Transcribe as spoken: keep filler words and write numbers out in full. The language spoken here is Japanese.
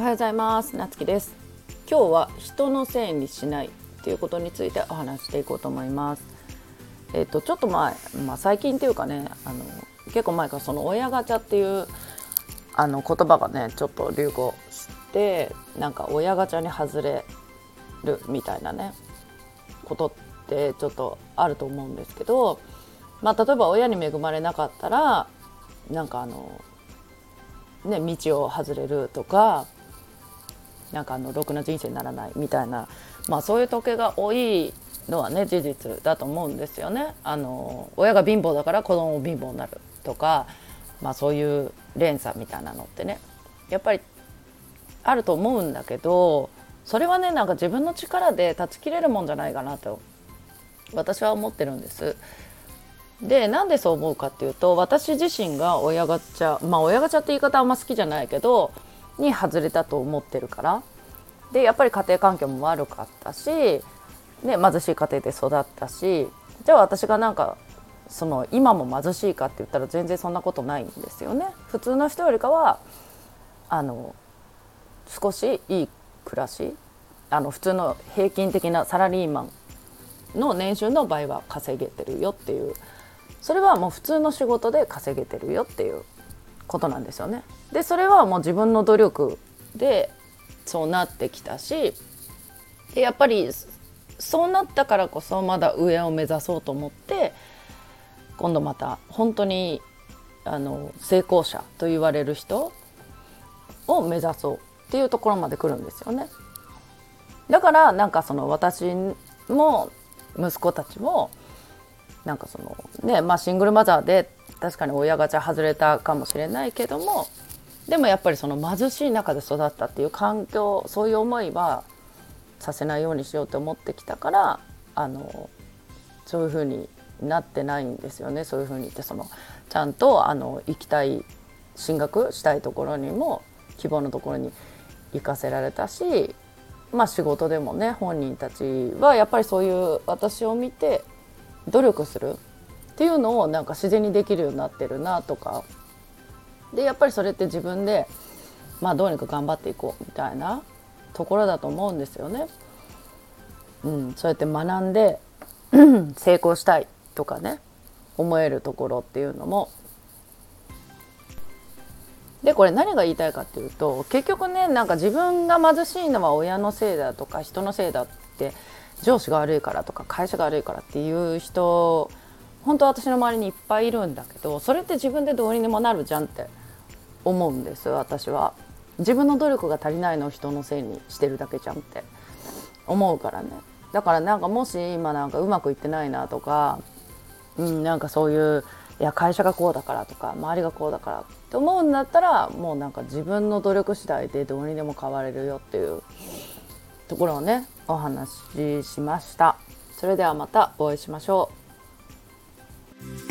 ようございます。なつきです。今日は人のせいにしないということについてお話していこうと思います。えっとちょっと前、まあ、最近っていうかね、あの結構前からその親ガチャっていうあの言葉がねちょっと流行して、なんか親ガチャに外れるみたいなねことってちょっとあると思うんですけど、まあ、例えば親に恵まれなかったらなんかあのね道を外れるとか、なんかあのろくな人生にならないみたいな、まあ、そういう統計が多いのはね事実だと思うんですよね。あの親が貧乏だから子供も貧乏になるとか、まあ、そういう連鎖みたいなのってねやっぱりあると思うんだけど、それはねなんか自分の力で断ち切れるもんじゃないかなと私は思ってるんです。でなんでそう思うかっていうと、私自身が親ガチャ、まあ親ガチャって言い方あんま好きじゃないけどに外れたと思ってるからで、やっぱり家庭環境も悪かったし、ね、貧しい家庭で育ったし、じゃあ私がなんかその今も貧しいかって言ったら全然そんなことないんですよね。普通の人よりかはあの少しいい暮らし、あの普通の平均的なサラリーマンの年収の倍は稼げてるよっていう、それはもう普通の仕事で稼げてるよっていうことなんですよね。でそれはもう自分の努力でそうなってきたし、でやっぱりそうなったからこそまだ上を目指そうと思って、今度また本当にあの成功者と言われる人を目指そうっていうところまで来るんですよね。だからなんかその私も息子たちもなんかそのね、まあシングルマザーで確かに親ガチャ外れたかもしれないけども、でもやっぱりその貧しい中で育ったっていう環境、そういう思いはさせないようにしようと思ってきたから、あのそういう風になってないんですよね。そういう風に言ってそのちゃんとあの行きたい進学したいところにも希望のところに行かせられたし、まあ仕事でもね本人たちはやっぱりそういう私を見て努力するっていうのをなんか自然にできるようになってるなとかで、やっぱりそれって自分でまあどうにか頑張っていこうみたいなところだと思うんですよね。うん、そうやって学んで成功したいとかね思えるところっていうのも、でこれ何が言いたいかっていうと、結局ねなんか自分が貧しいのは親のせいだとか人のせいだって、上司が悪いからとか会社が悪いからっていう人本当私の周りにいっぱいいるんだけど、それって自分でどうにでもなるじゃんって思うんです。私は自分の努力が足りないのを人のせいにしてるだけじゃんって思うからね。だからなんかもし今なんかうまくいってないなとか、うん、なんかそういういや会社がこうだからとか周りがこうだからって思うんだったら、もうなんか自分の努力次第でどうにでも変われるよっていうところをねお話ししました。それではまたお会いしましょう。